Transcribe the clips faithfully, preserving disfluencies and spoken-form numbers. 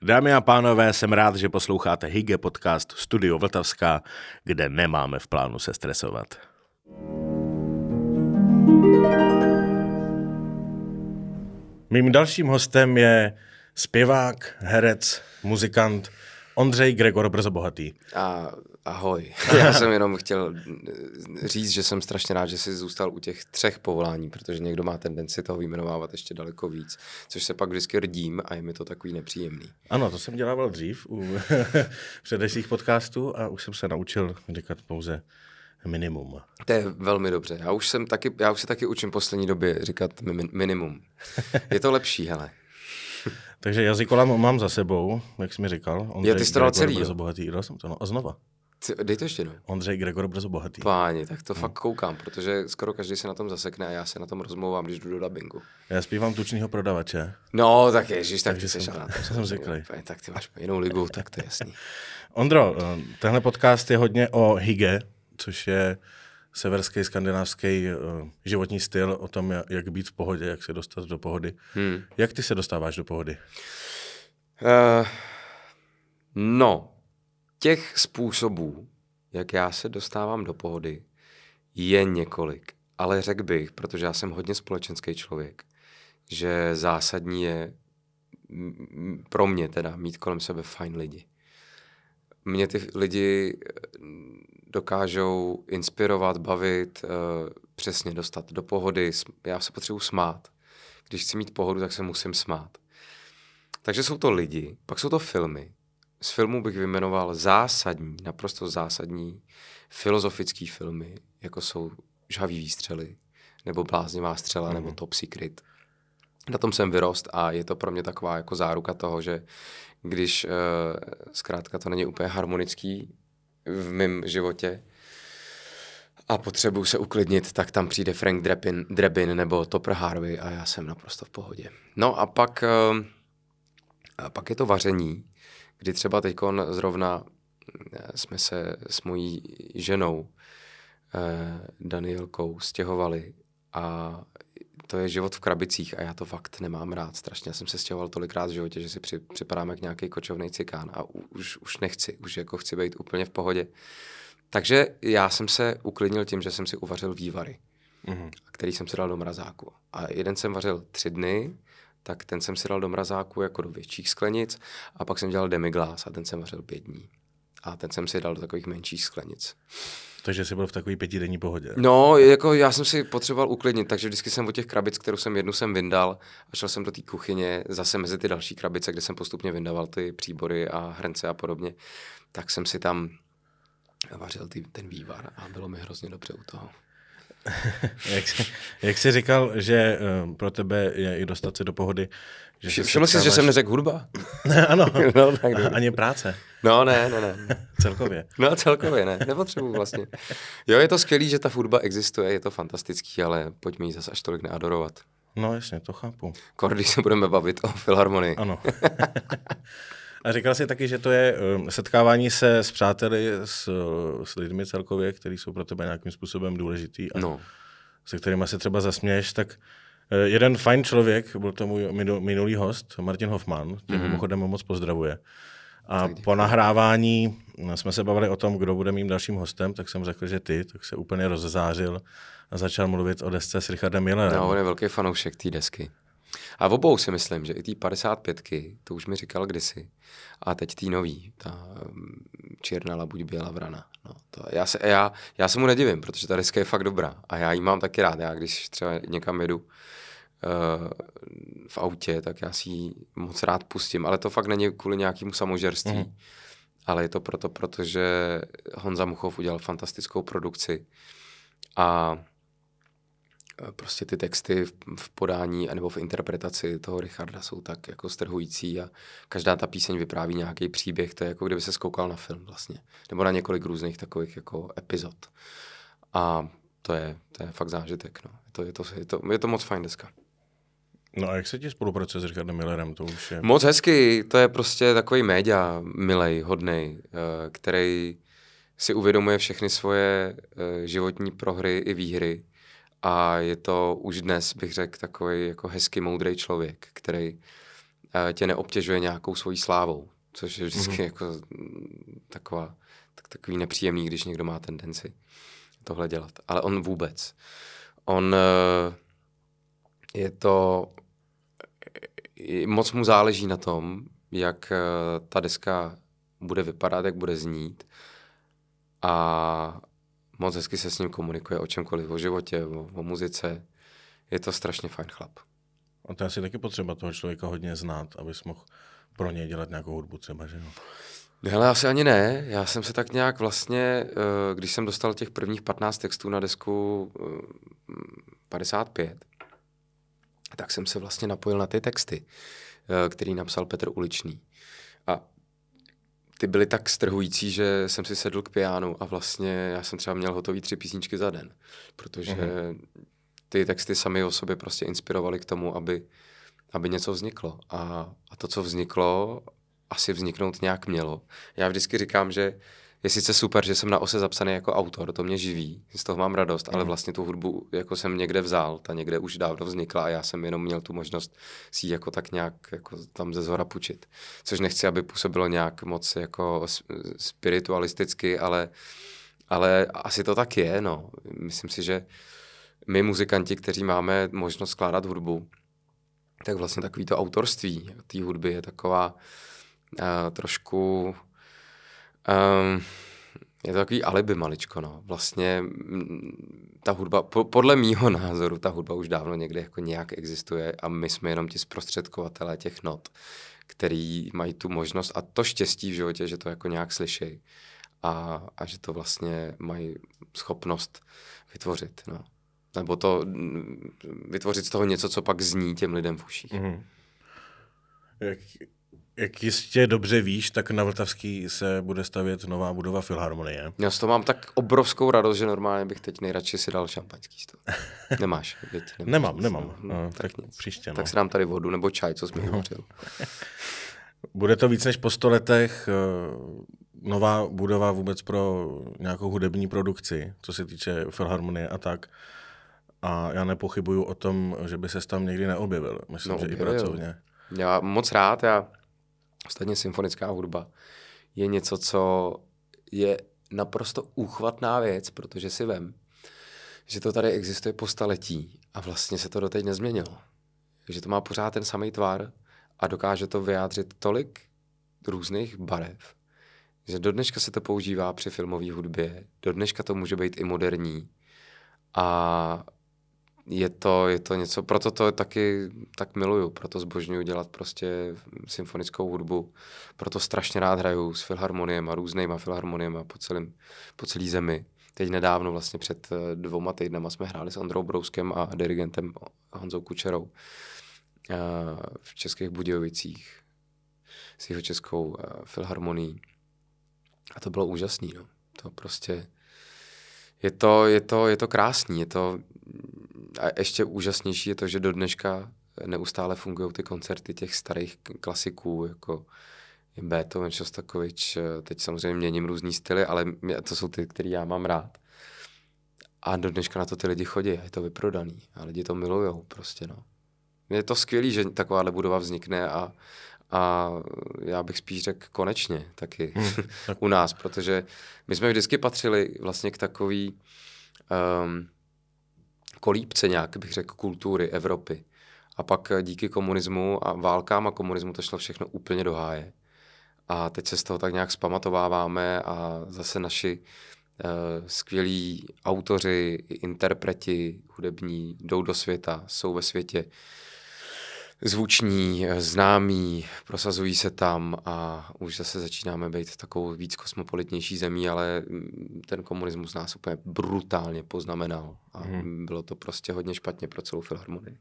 Dámy a pánové, jsem rád, že posloucháte Hygge podcast Studio Vltavská, kde nemáme v plánu se stresovat. Mým dalším hostem je zpěvák, herec, muzikant Ondřej Gregor Brzobohatý. A, ahoj. Já jsem jenom chtěl říct, že jsem strašně rád, že jsi zůstal u těch třech povolání, protože někdo má tendenci toho vyjmenovávat ještě daleko víc, což se pak vždycky rdím a je mi to takový nepříjemný. Ano, to jsem dělával dřív u předešlých podcastů a už jsem se naučil říkat pouze minimum. To je velmi dobře. Já už, jsem taky, já už se taky učím v poslední době říkat mi, minimum. Je to lepší, hele. Takže jazykola mám za sebou, jak jsi mi říkal. Ondřej Já ty jsi to dal celý, Brzobohatý. Dal jsem to, no. A znova. Dej to ještě jednou. Ondřej Gregor Brzobohatý. Páni, tak to hmm. fakt koukám, protože skoro každý se na tom zasekne a já se na tom rozmlouvám, když jdu do dabingu. Já zpívám Tučnýho prodavače. No, tak ježiš, tak ty jsem, seš na to. jsem zvyklý. Tak ty máš jinou ligu, tak to je jasný. Ondro, tenhle podcast je hodně o hygge, což je severský, skandinávský uh, životní styl o tom, jak být v pohodě, jak se dostat do pohody. Hmm. Jak ty se dostáváš do pohody? Uh, no, těch způsobů, jak já se dostávám do pohody, je několik. Ale řekl bych, protože já jsem hodně společenský člověk, že zásadní je m- pro mě teda mít kolem sebe fajn lidi. Mě ty lidi dokážou inspirovat, bavit, uh, přesně dostat do pohody. Já se potřebuji smát. Když chci mít pohodu, tak se musím smát. Takže jsou to lidi, pak jsou to filmy. Z filmů bych vyjmenoval zásadní, naprosto zásadní filozofický filmy, jako jsou Žhavý výstřely, nebo Bláznivá střela, mm. nebo Top Secret. Na tom jsem vyrost a je to pro mě taková jako záruka toho, že když uh, zkrátka to není úplně harmonický v mém životě a potřebuju se uklidnit, tak tam přijde Frank Drebin, Drebin nebo Topper Harvey a já jsem naprosto v pohodě. No a pak, uh, a pak je to vaření, kdy třeba teďkon zrovna jsme se s mojí ženou eh, Danielkou stěhovali a to je život v krabicích a já to fakt nemám rád. Strašně já jsem se stěhoval tolikrát v životě, že si při, připadám jak nějaký kočovnej cikán a už, už nechci, už jako chci být úplně v pohodě. Takže já jsem se uklidnil tím, že jsem si uvařil vývary, mm-hmm. který jsem si dal do mrazáku. A jeden jsem vařil tři dny, tak ten jsem si dal do mrazáku jako do větších sklenic a pak jsem dělal demiglas a ten jsem vařil pět dní. A ten jsem si dal do takových menších sklenic. Takže jsi byl v takový pětidenní pohodě. No, jako já jsem si potřeboval uklidnit, takže vždycky jsem od těch krabic, kterou jsem jednu jsem vyndal a šel jsem do té kuchyně zase mezi ty další krabice, kde jsem postupně vyndaval ty příbory a hrnce a podobně, tak jsem si tam vařil ty, ten vývar a bylo mi hrozně dobře u toho. jak, jsi, jak jsi říkal, že uh, pro tebe je i dostat se do pohody. Že Všiml jsi, že jsem neřekl hudba? Ano, no, tak ani práce. No ne, ne, ne. Celkově. No celkově ne, nepotřebuji vlastně. Jo, je to skvělý, že ta hudba existuje, je to fantastický, ale pojďme ji zase až tolik neadorovat. No jasně, to chápu. Kor, když se budeme bavit o filharmonii. Ano. A říkal jsi taky, že to je um, setkávání se s přáteli, s, s lidmi celkově, kteří jsou pro tebe nějakým způsobem důležitý a no. se kterými se třeba zasměješ, tak uh, jeden fajn člověk, byl to můj minulý host, Martin Hoffman, tě mm-hmm. mimochodem moc pozdravuje. A po nahrávání jsme se bavili o tom, kdo bude mým dalším hostem, tak jsem řekl, že ty, tak se úplně rozzářil a začal mluvit o desce s Richardem Millerem. No, on je velký fanoušek té desky. A v obou si myslím, že i té padesát pětky, to už mi říkal kdysi, a teď tý nový, ta Čierna labuť bělá vrana. No, to, já, se, já, já se mu nedivím, protože ta deska je fakt dobrá a já ji mám taky rád. Já když třeba někam jedu uh, v autě, tak já si ji moc rád pustím, ale to fakt není kvůli nějakému samožerství, mm. ale je to proto, protože Honza Muchov udělal fantastickou produkci a prostě ty texty v podání nebo v interpretaci toho Richarda jsou tak jako strhující a každá ta píseň vypráví nějaký příběh, to je jako kdyby se skoukal na film vlastně, nebo na několik různých takových jako epizod. A to je, to je fakt zážitek, no. Je to, je to, je to, je to moc fajn deska. No a jak se ti spolupracuje s Richardem Millerem? To už je... Moc hezky, to je prostě takový média, milej, hodnej, který si uvědomuje všechny svoje životní prohry i výhry. A je to už dnes, bych řekl, takový jako hezky moudrý člověk, který tě neobtěžuje nějakou svojí slávou, což je vždycky mm-hmm. jako taková, tak, takový nepříjemný, když někdo má tendenci tohle dělat. Ale on vůbec. On je to, moc mu záleží na tom, jak ta deska bude vypadat, jak bude znít a moc hezky se s ním komunikuje o čemkoliv, o životě, o, o muzice. Je to strašně fajn chlap. A to je asi taky potřeba toho člověka hodně znát, abys mohl pro něj dělat nějakou hudbu třeba, že jo? Hele, asi ani ne. Já jsem se tak nějak vlastně, když jsem dostal těch prvních patnáct textů na desku padesát pět, tak jsem se vlastně napojil na ty texty, který napsal Petr Uličný. A ty byly tak strhující, že jsem si sedl k pianu a vlastně já jsem třeba měl hotový tři písničky za den, protože mm-hmm. ty texty sami o sobě prostě inspirovaly k tomu, aby, aby něco vzniklo. A, a to, co vzniklo, asi vzniknout nějak mělo. Já vždycky říkám, že je sice super, že jsem na ose zapsaný jako autor, to mě živí, z toho mám radost, mm. ale vlastně tu hudbu jako jsem někde vzal, ta někde už dávno vznikla a já jsem jenom měl tu možnost si ji jako tak nějak jako tam ze zhora půjčit. Což nechci, aby působilo nějak moc jako spiritualisticky, ale, ale asi to tak je, no. Myslím si, že my muzikanti, kteří máme možnost skládat hudbu, tak vlastně takový to autorství té hudby je taková uh, trošku... Um, je to takový alibi maličko, no. Vlastně ta hudba, po, podle mýho názoru, ta hudba už dávno někde jako nějak existuje a my jsme jenom ti zprostředkovatelé těch not, který mají tu možnost a to štěstí v životě, že to jako nějak slyší a, a že to vlastně mají schopnost vytvořit, no. Nebo to vytvořit z toho něco, co pak zní těm lidem v uších. Mm-hmm. Jak... Jak jistě dobře víš, tak na Vltavský se bude stavět nová budova Filharmonie. Já z toho mám tak obrovskou radost, že normálně bych teď nejradši si dal šampaňský stůl. Nemáš? Věď, nemáš nemám, nic, nemám. No, no, tak tak příště. No. Tak si dám tady vodu nebo čaj, co jsi mi hovořil. Bude to víc než po sto letech nová budova vůbec pro nějakou hudební produkci, co se týče Filharmonie a tak. A já nepochybuju o tom, že by se tam někdy neobjevil. Myslím, no, že i pracovně. Já moc rád, já ostatně symfonická hudba je něco, co je naprosto úchvatná věc, protože si vem, že to tady existuje po staletí a vlastně se to doteď nezměnilo. Že to má pořád ten samý tvar a dokáže to vyjádřit tolik různých barev, že do dneška se to používá při filmové hudbě, do dneška to může být i moderní a Je to, je to něco, proto to taky tak miluju, proto zbožňuju dělat prostě symfonickou hudbu, proto strašně rád hraju s filharmoniema, různýma filharmoniema po, celém, po celý zemi. Teď nedávno, vlastně před dvouma týdnama jsme hráli s Ondrou Brouskem a dirigentem Honzou Kučerou v Českých Budějovicích s jeho českou filharmonií. A to bylo úžasný, no. To prostě... Je to, je to, je to krásný, je to... A ještě úžasnější je to, že do dneška neustále fungují ty koncerty těch starých klasiků, jako Beethoven, Šostakovič, teď samozřejmě měním různý styly, ale to jsou ty, který já mám rád. A do dneška na to ty lidi chodí a je to vyprodaný a lidi to milujou prostě, no. Je to skvělý, že takováhle budova vznikne a, a já bych spíš řekl konečně taky hmm, tak. u nás, protože my jsme vždycky patřili vlastně k takový... Um, kolípce nějak, bych řekl, kultury Evropy. A pak díky komunismu a válkám a komunismu to šlo všechno úplně do háje. A teď se z toho tak nějak zpamatováváme a zase naši uh, skvělí autoři, interpreti hudební jdou do světa, jsou ve světě zvuční, známí, prosazují se tam a už zase začínáme být takovou víc kosmopolitnější zemí, ale ten komunismus nás úplně brutálně poznamenal a hmm. bylo to prostě hodně špatně pro celou filharmonii.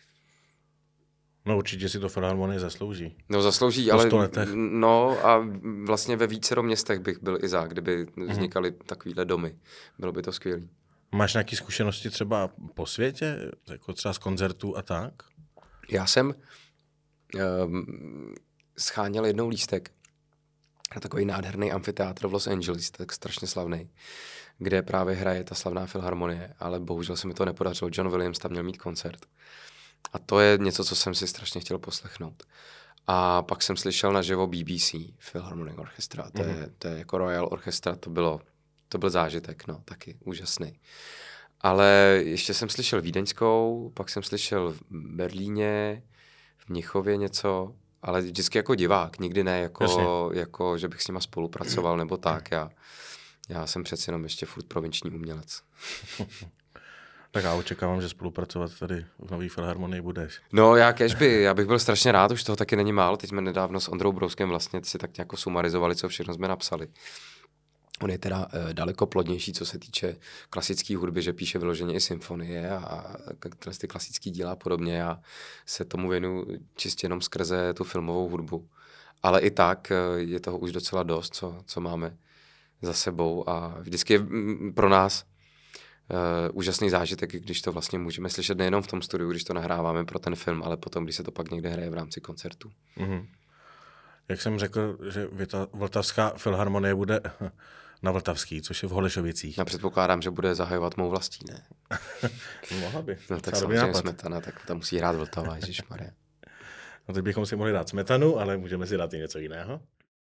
No určitě si to filharmonie zaslouží. No zaslouží, ale no a vlastně ve vícero městech bych byl i za, kdyby vznikaly hmm. takovýhle domy. Bylo by to skvělý. Máš nějaké zkušenosti třeba po světě, jako třeba z koncertů a tak? Já jsem um, scháněl jednou lístek na takový nádherný amfiteátr v Los Angeles, tak strašně slavný, kde právě hraje ta slavná filharmonie, ale bohužel se mi to nepodařilo. John Williams tam měl mít koncert. A to je něco, co jsem si strašně chtěl poslechnout. A pak jsem slyšel naživo B B C, Philharmonic Orchestra, to, mm-hmm. je, to je jako Royal Orchestra, to bylo, to byl zážitek, no, taky úžasný. Ale ještě jsem slyšel vídeňskou, pak jsem slyšel v Berlíně, v Mnichově něco, ale vždycky jako divák, nikdy ne jako, jako že bych s nima spolupracoval nebo tak. Já, já jsem přeci jenom ještě furt provinční umělec. Tak já očekávám, že spolupracovat tady v Nový Filharmonii budeš. No já kežby, já bych byl strašně rád, už toho taky není málo. Teď jsme nedávno s Ondrou Brouskem vlastně si tak nějak sumarizovali, co všechno jsme napsali. On je teda e, daleko plodnější, co se týče klasické hudby, že píše vyloženě i symfonie a, a ty klasické díla a podobně. Já se tomu věnu čistě jenom skrze tu filmovou hudbu. Ale i tak e, je toho už docela dost, co, co máme za sebou a vždycky je m, pro nás e, úžasný zážitek, když to vlastně můžeme slyšet nejenom v tom studiu, když to nahráváme pro ten film, ale potom, když se to pak někde hraje v rámci koncertu. Mm-hmm. Jak jsem řekl, že Vltavská filharmonie bude na Vltavský, což je v Holešovicích. Já předpokládám, že bude zahajovat mou vlastí, ne? Mohla by. No tak samozřejmě Smetana, tak tam musí hrát Vltava, ježišmarja. No teď bychom si mohli dát Smetanu, ale můžeme si dát i něco jiného.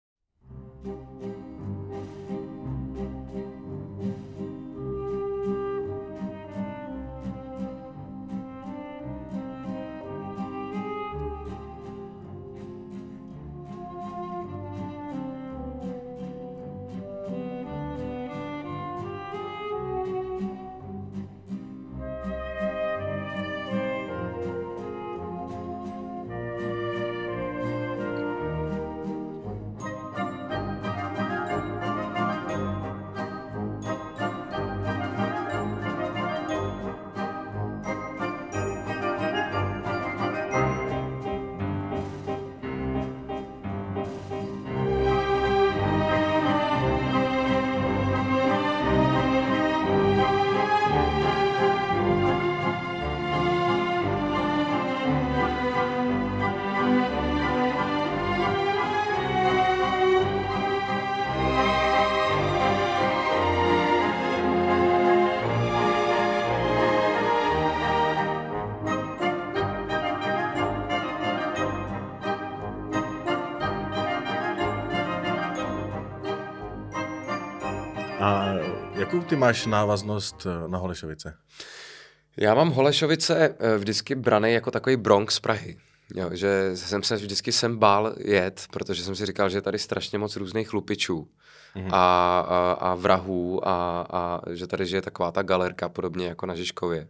A jakou ty máš návaznost na Holešovice? Já mám Holešovice vždycky braný jako takový Bronx z Prahy. Jo, že jsem se vždycky sem bál jet, protože jsem si říkal, že je tady strašně moc různých chlupičů mm-hmm. a, a, a vrahů a, a že tady žije taková ta galerka podobně jako na Žižkově.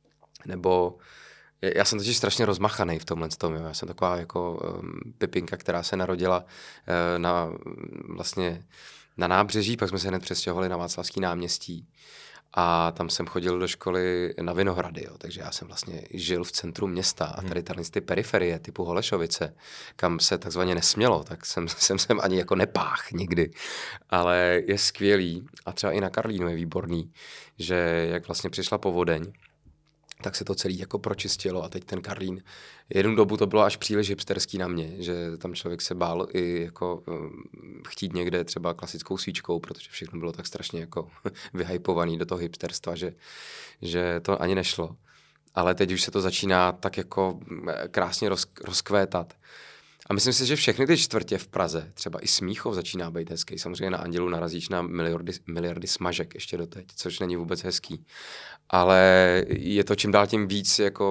Nebo já jsem totiž strašně rozmachaný v tomhle tom. Jo. Já jsem taková jako um, pipinka, která se narodila uh, na vlastně na nábřeží, pak jsme se hned přestěhovali na Václavský náměstí a tam jsem chodil do školy na Vinohrady, jo. Takže já jsem vlastně žil v centru města a tady tady ty periferie typu Holešovice, kam se takzvaně nesmělo, tak jsem, jsem sem ani jako nepách nikdy, ale je skvělý a třeba i na Karlínu je výborný, že jak vlastně přišla povodeň, tak se to celý jako pročistilo a teď ten Karlín, jednu dobu to bylo až příliš hipsterský na mě, že tam člověk se bál i jako um, chtít někde třeba klasickou svíčkou, protože všechno bylo tak strašně jako vyhypovaný do toho hipsterstva, že, že to ani nešlo. Ale teď už se to začíná tak jako krásně roz, rozkvétat. A myslím si, že všechny ty čtvrtě v Praze, třeba i Smíchov začíná být hezký. Samozřejmě na Andělu narazíš na miliardy, miliardy smažek ještě doteď, což není vůbec hezký. Ale je to čím dál tím víc jako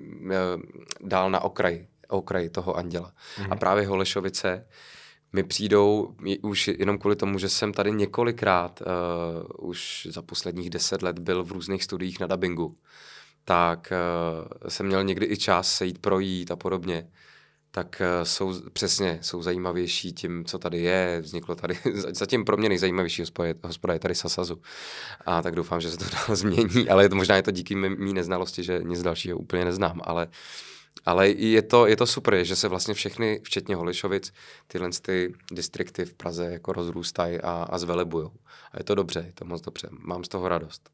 dál na okraj, okraj toho Anděla. Mm. A právě Holešovice mi přijdou už jenom kvůli tomu, že jsem tady několikrát uh, už za posledních deset let byl v různých studiích na dabingu. Tak uh, jsem měl někdy i čas se jít projít a podobně. Tak jsou přesně, jsou zajímavější tím, co tady je. Vzniklo tady, zatím pro mě nejzajímavější hospoda je tady Sasazu. A tak doufám, že se to dál změní, ale je to, možná je to díky mý neznalosti, že nic dalšího úplně neznám, ale, ale je, to, je to super, že se vlastně všechny, včetně Holešovic, tyhle ty distrikty v Praze jako rozrůstají a, a zvelebujou. A je to dobře, je to moc dobře, mám z toho radost.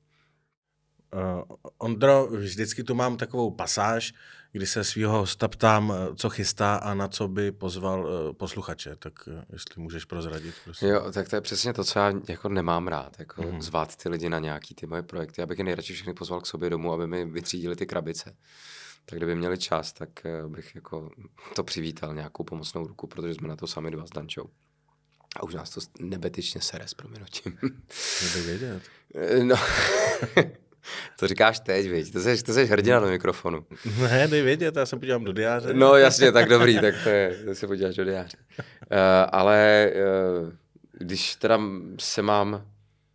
Uh, Ondro, vždycky tu mám takovou pasáž, kdy se svýho hosta ptám, co chystá a na co by pozval uh, posluchače, tak uh, jestli můžeš prozradit. Prosím. Jo, tak to je přesně to, co já jako nemám rád, jako mm. zvát ty lidi na nějaký ty moje projekty. Já bych je nejradši všechny pozval k sobě domů, aby mi vytřídili ty krabice. tak kdyby měli čas, tak bych jako to přivítal nějakou pomocnou ruku, protože jsme na to sami dva s Dančou. A už nás to nebetyčně sere s prominutím. Nebej vědět. No, to říkáš teď, viď? To jsi, to jsi hrdina do mikrofonu. Ne, dej vědět, já se podívám do diáře. No jasně, tak dobrý, tak to je, to se podíváš do diáře. Uh, ale uh, když teda se mám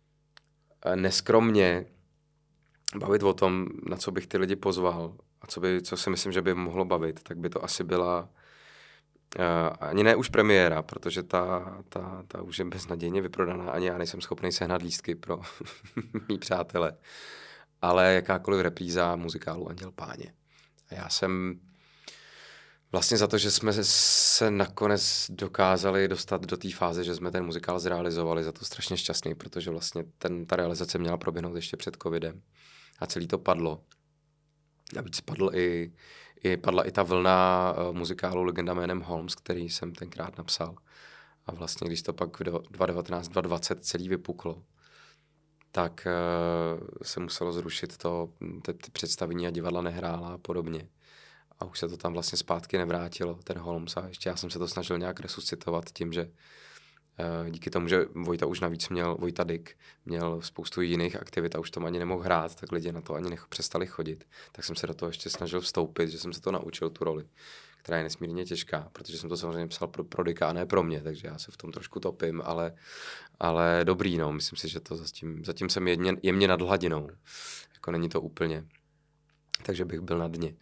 neskromně bavit o tom, na co bych ty lidi pozval a co, by, co si myslím, že by mohlo bavit, tak by to asi byla uh, ani ne už premiéra, protože ta, ta, ta už je beznadějně vyprodaná, ani já nejsem schopný sehnat lístky pro mý přátele, ale jakákoliv repríza muzikálu Anděl Páně. A já jsem vlastně za to, že jsme se nakonec dokázali dostat do té fáze, že jsme ten muzikál zrealizovali, za to strašně šťastný, protože vlastně ten, ta realizace měla proběhnout ještě před covidem a celý to padlo. Navíc padl i, i, padla i ta vlna uh, muzikálu Legenda jménem Holmes, který jsem tenkrát napsal. A vlastně, když to pak v dva tisíce devatenáct dva tisíce dvacet celý vypuklo, tak uh, se muselo zrušit to, ty, ty představení a divadla nehrála a podobně. A už se to tam vlastně zpátky nevrátilo, ten Holmes. A ještě já jsem se to snažil nějak resuscitovat tím, že uh, díky tomu, že Vojta už navíc měl, Vojta Dyk, měl spoustu jiných aktivit a už tam ani nemohl hrát, tak lidi na to ani nech, přestali chodit. Tak jsem se do toho ještě snažil vstoupit, že jsem se to naučil, tu roli, která je nesmírně těžká, protože jsem to samozřejmě psal pro, pro Dyka a ne pro mě, takže já se v tom trošku topím, ale, ale dobrý, no. Myslím si, že to zatím, zatím jsem jemně, jemně nad hladinou. Jako není to úplně, takže bych byl na dně.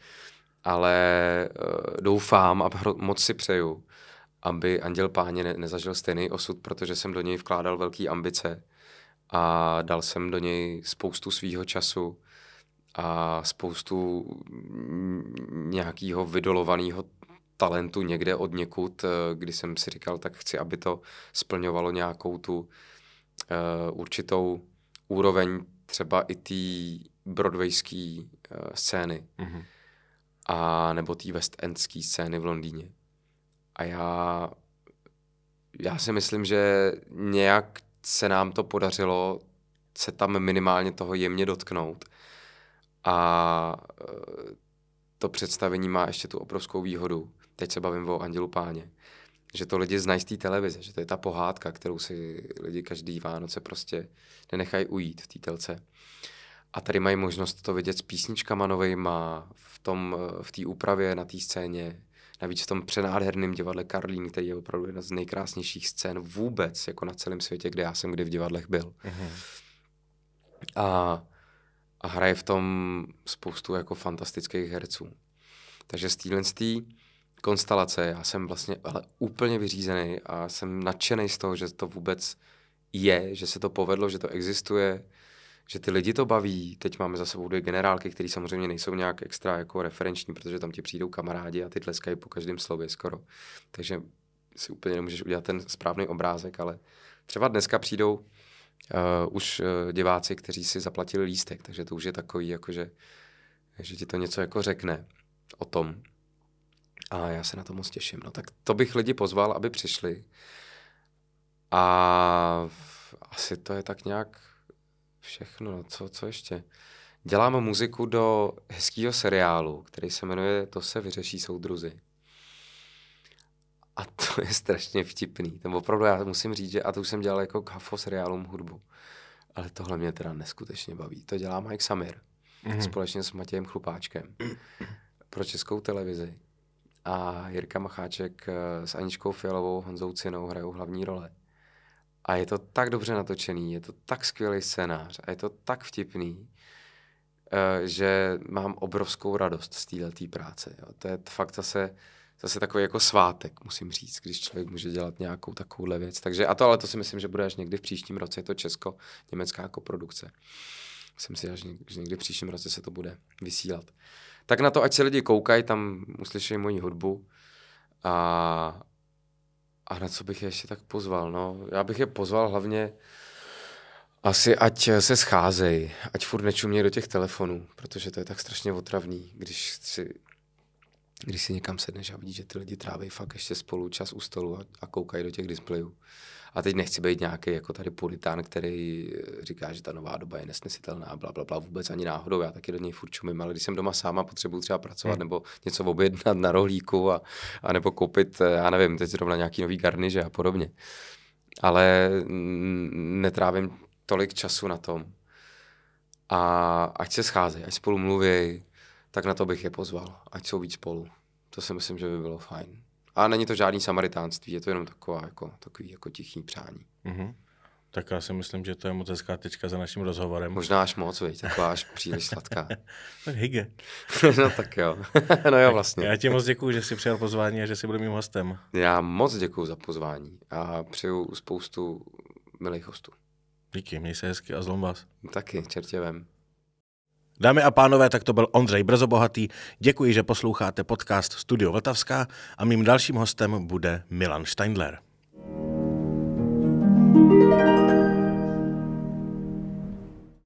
Ale uh, doufám a moc si přeju, aby Anděl Páně ne- nezažil stejný osud, protože jsem do něj vkládal velký ambice a dal jsem do něj spoustu svýho času a spoustu nějakého vydolovaného talentu někde od někud, kdy jsem si říkal, tak chci, aby to splňovalo nějakou tu uh, určitou úroveň třeba i té broadwayské uh, scény. Mm-hmm. A nebo té West Endské scény v Londýně. A já, já si myslím, že nějak se nám to podařilo se tam minimálně toho jemně dotknout. A to představení má ještě tu obrovskou výhodu. Teď se bavím o Andělu Páně. Že to lidi znají z té televize, že to je ta pohádka, kterou si lidi každý Vánoce prostě nenechají ujít v té telce. A tady mají možnost to vidět s písničkama novejma, v tom, v té úpravě na té scéně, navíc v tom přenádherném divadle Karlín, který je opravdu jedna z nejkrásnějších scén vůbec, jako na celém světě, kde já jsem kdy v divadlech byl. Mm-hmm. A, a hraje v tom spoustu jako fantastických herců. Takže z téhle konstelace já jsem vlastně ale úplně vyřízený a jsem nadšený z toho, že to vůbec je, že se to povedlo, že to existuje, že ty lidi to baví. Teď máme za sebou dvě generálky, které samozřejmě nejsou nějak extra jako referenční, protože tam ti přijdou kamarádi a ty tleskají po každém slově skoro. Takže si úplně nemůžeš udělat ten správný obrázek, ale třeba dneska přijdou uh, už uh, diváci, kteří si zaplatili lístek, takže to už je takový, jakože, že ti to něco jako řekne o tom. A já se na to moc těším. No tak to bych lidi pozval, aby přišli. A asi to je tak nějak všechno, no co, co ještě? Dělám muziku do hezkýho seriálu, který se jmenuje To se vyřeší soudruzi. A to je strašně vtipný. Ten opravdu já musím říct, že a to už jsem dělal jako k hafo seriálům hudbu. Ale tohle mě teda neskutečně baví. To dělá Mike Samir mm-hmm. společně s Matějem Chlupáčkem pro Českou televizi. A Jirka Macháček s Aničkou Fialovou, Honzou Cinou hrajou hlavní role. A je to tak dobře natočený, je to tak skvělý scénář a je to tak vtipný, že mám obrovskou radost z této práce. Jo. To je fakt zase, zase takový jako svátek, musím říct, když člověk může dělat nějakou takovouhle věc. Takže a to, ale to si myslím, že bude až někdy v příštím roce, je to česko-německá koprodukce. Myslím si, že někdy v příštím roce se to bude vysílat. Tak na to, ať se lidi koukají, tam uslyší moji hudbu a A na co bych je ještě tak pozval? No, já bych je pozval hlavně asi, ať se scházejí, ať furt nečumějí do těch telefonů, protože to je tak strašně otravný, když si když si někam sedneš a vidíš, že ty lidi tráví fakt ještě spolu čas u stolu a, a koukají do těch displejů. A teď nechci být nějaký jako tady puritán, který říká, že ta nová doba je nesnesitelná, bla, bla, bla, vůbec ani náhodou, já taky do něj furt čumím, ale když jsem doma sám a potřebuji třeba pracovat hmm. nebo něco objednat na rohlíku a, a nebo koupit, já nevím, teď zrovna nějaký nový garniže a podobně. Ale netrávím tolik času na tom. A ať se scházejí, ať spolu mluví, tak na to bych je pozval, ať jsou víc spolu. To si myslím, že by bylo fajn. A není to žádný samaritánství, je to jenom taková, jako, takový jako tichý přání. Mm-hmm. Tak já si myslím, že to je moc hezká tečka za naším rozhovorem. Možná až moc, viď? Taková až příliš sladká. Tak hygge. No tak jo. No jo, vlastně. Já ti moc děkuju, že jsi přijal pozvání a že jsi byl mým hostem. Já moc děkuju za pozvání a přeju spoustu milých hostů. Díky, měj se hezky a zlom vás. Taky, čertě vem. Dámy a pánové, tak to byl Ondřej Brzobohatý. Děkuji, že posloucháte podcast Studio Vltavská a mým dalším hostem bude Milan Steindler.